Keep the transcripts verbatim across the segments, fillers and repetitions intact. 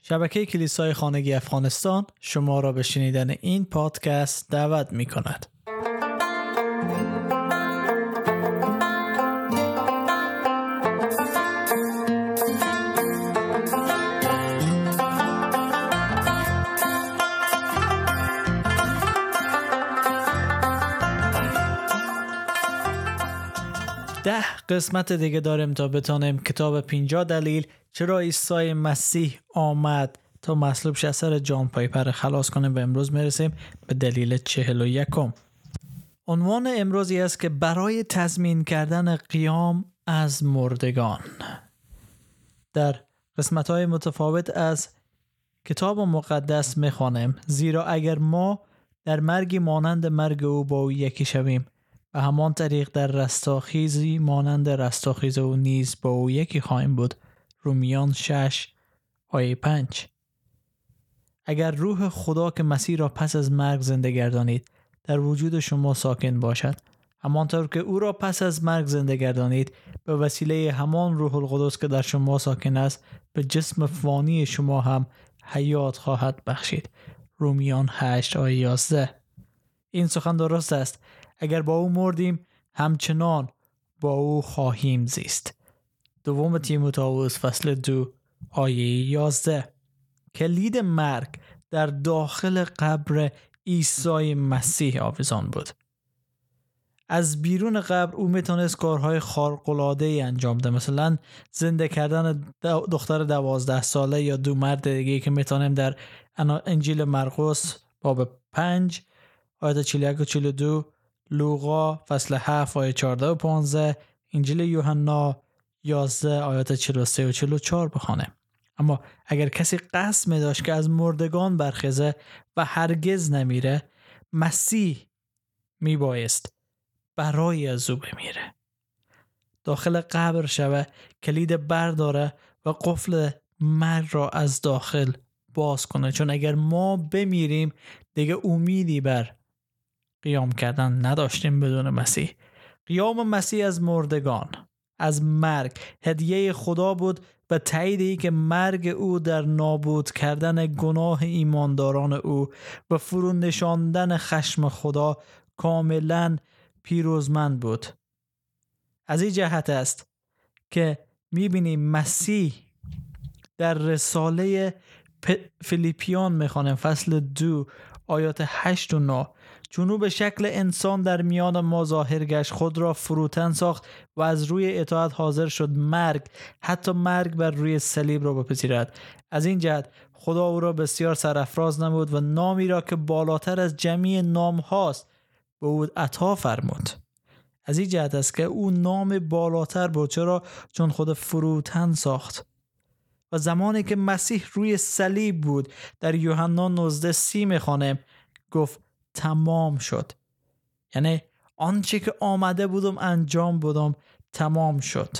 شبکه کلیسای خانگی افغانستان شما را به شنیدن این پادکست دعوت می کند. ده قسمت دیگه داریم تا بتانیم کتاب پنجاه دلیل چرا عیسی مسیح آمد تا مصلوب شه سر جان پایپر خلاص کنیم و امروز میرسیم به دلیل چهل و یکم. عنوان امروزی است که برای تضمین کردن قیام از مردگان. در قسمت‌های متفاوت از کتاب مقدس میخوانیم زیرا اگر ما در مرگی مانند مرگ او با او یکی شویم و همان طریق در رستاخیزی مانند رستاخیز او نیز با او یکی خواهیم بود. رومیان شش آیه پنج. اگر روح خدا که مسیح را پس از مرگ زنده گردانید در وجود شما ساکن باشد، همانطور که او را پس از مرگ زنده گردانید به وسیله همان روح القدس که در شما ساکن است به جسم فانی شما هم حیات خواهد بخشید. رومیان هشت آیه یازده. این سخن درست است. اگر با او مردیم همچنان با او خواهیم زیست. دوم تیموتائوس فصل دو آیه یازده. کلید مرگ در داخل قبر عیسی مسیح آویزان بود. از بیرون قبر او میتونست کارهای خارق‌العاده‌ای انجام ده، مثلا زنده کردن دختر دوازده ساله یا دو مرد دیگه که میتونیم در انجیل مرقس باب پنج آیه چهل و یک و چهل و دو، لوقا فصل هفت آیه چهارده و پانزده، انجیل یوحنا یازده آیات چهل و سه و چهل و چهار بخوانیم. اما اگر کسی قصد می داشت که از مردگان برخیزه و هرگز نمیره، مسیح می بایست برای از او بمیره، داخل قبر شوه، کلید برداره و قفل مرگ را از داخل باز کنه. چون اگر ما بمیریم دیگه امیدی بر قیام کردن نداشتیم بدون مسیح. قیام مسیح از مردگان، از مرگ، هدیه خدا بود و تاییدی که مرگ او در نابود کردن گناه ایمانداران او و فرو نشاندن خشم خدا کاملا پیروزمند بود. از این جهت است که میبینیم مسیح در رساله فیلیپیان میخوانیم فصل دو آیات هشت و نه، چون او به شکل انسان در میان ما ظاهر گشت، خود را فروتن ساخت و از روی اطاعت حاضر شد مرگ، حتی مرگ بر روی صلیب را بپذیرد. از این جهت خدا او را بسیار سرافراز نمود و نامی را که بالاتر از جمیع نام هاست به او عطا فرمود. از این جهت است که او نام بالاتر بود. چرا؟ چون خود فروتن ساخت. و زمانی که مسیح روی صلیب بود در یوحنا نوزده سی میخوانیم گفت تمام شد. یعنی آنچه که آمده بودم انجام بودم تمام شد.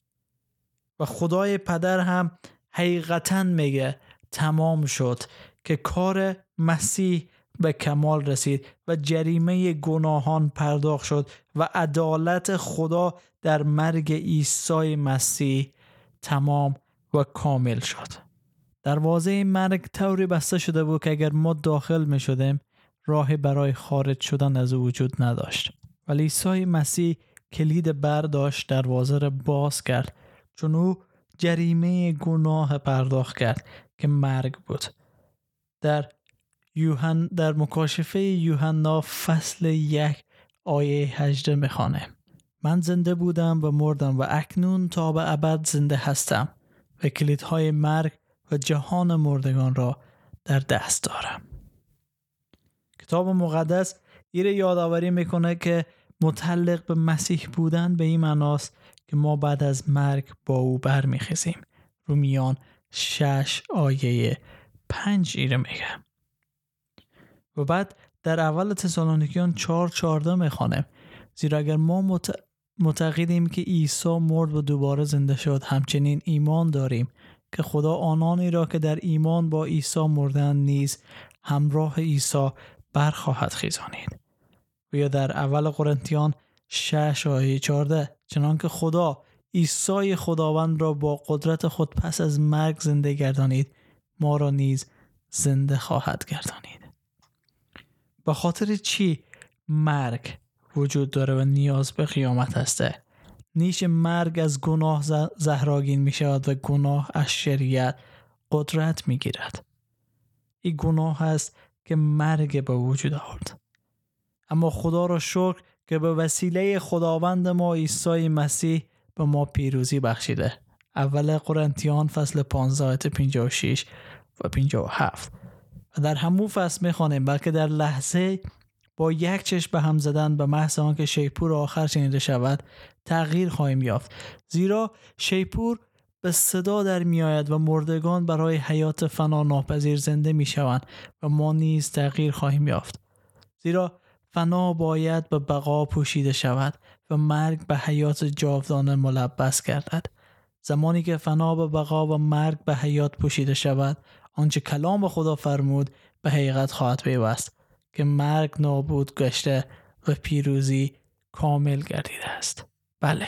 و خدای پدر هم حقیقتاً میگه تمام شد که کار مسیح به کمال رسید و جریمه گناهان پرداخت شد و عدالت خدا در مرگ عیسی مسیح تمام و کامل شد. دروازه مرگ طوری بسته شده بود که اگر ما داخل می شدیم راهی برای خارج شدن از او وجود نداشت. ولی عیسی مسیح کلید برداشت، دروازه را باز کرد، چون او جریمه گناه پرداخت کرد که مرگ بود. در یوحنا در مکاشفه یوحنا فصل یک آیه هجده میخوانه من زنده بودم و مردم و اکنون تا به ابد زنده هستم و کلیدهای مرگ و جهان مردگان را در دست دارم. کتاب مقدس ایره یادآوری میکنه که متعلق به مسیح بودن به این معناست که ما بعد از مرگ با او برمیخیزیم. رومیان شش آیه پنج ایره میگه. و بعد در اول تسالونیکیان چهار چهارده میخوانیم زیرا اگر ما مت... معتقدیم که عیسی مرد و دوباره زنده شد، همچنین ایمان داریم که خدا آنانی را که در ایمان با عیسی مردند نیز همراه عیسی برخواهد خیزانید. و یا در اول قرنتیان شش آیه چهارده چنانکه خدا عیسی خداوند را با قدرت خود پس از مرگ زنده گردانید، ما را نیز زنده خواهد گردانید. به خاطر چی مرگ وجود داره و نیاز به قیامت هسته؟ نیش مرگ از گناه زهراگین می شود و گناه از شریعت قدرت می گیرد. این گناه هست که مرگ به وجود آورد. اما خدا را شکر که به وسیله خداوند ما عیسی مسیح به ما پیروزی بخشیده. اول قرنتیان فصل پانزده آیه پنجاه و شش و پنجاه و هفت. و در همون فصل میخوانیم بلکه در لحظه با یک چشم به هم زدن به محض آنکه شیپور آخر شنیده شود تغییر خواهیم یافت، زیرا شیپور به صدا در می آید و مردگان برای حیات فنا ناپذیر زنده می شوند و ما نیز تغییر خواهیم یافت، زیرا فنا باید به بقا پوشیده شود و مرگ به حیات جاودانه ملبس گردد. زمانی که فنا به بقا و مرگ به حیات پوشیده شود، آنچه کلام خدا فرمود به حقیقت خواهد پیوست که مرگ نابود گشته و پیروزی کامل گردیده است. بله،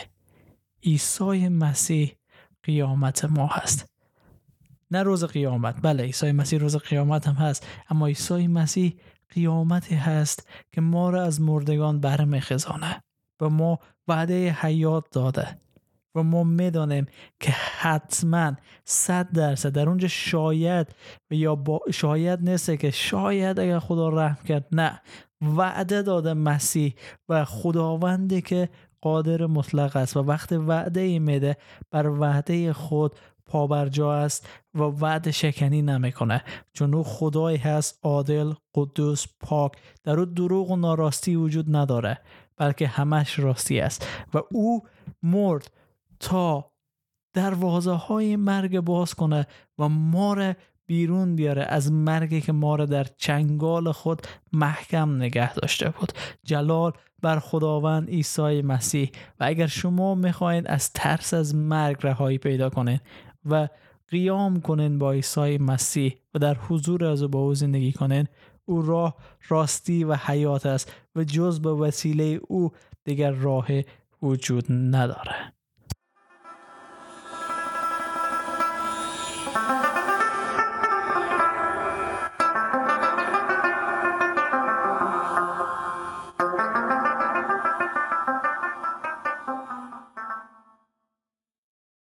عیسی مسیح قیامت ما هست. نه روز قیامت، بله عیسی مسیح روز قیامت هم هست، اما عیسی مسیح قیامتی هست که ما را از مردگان برمیخزانه و ما وعده حیات داده و ما میدانیم که حتما صد درصد در اونجا شاید و یا با شاید نیست که شاید اگر خدا رحم کرد، نه، وعده داده مسیح و خداوندی که قادر مطلق است و وقت وعده ای میده بر وعده خود پابرجا است و وعده شکنی نمیکنه، چون او خدایی هست عادل، قدوس، پاک، در او دروغ و ناراستی وجود نداره بلکه همش راستی است و او مرد تا دروازه های مرگ باز کنه و ما را بیرون بیاره از مرگی که ما را در چنگال خود محکم نگه داشته بود. جلال بر خداوند عیسی مسیح. و اگر شما میخواین از ترس از مرگ رهایی پیدا کنین و قیام کنین با عیسی مسیح و در حضور از او با او زندگی کنین، او راه، راستی و حیات است و جز به وسیله او دیگر راه وجود نداره.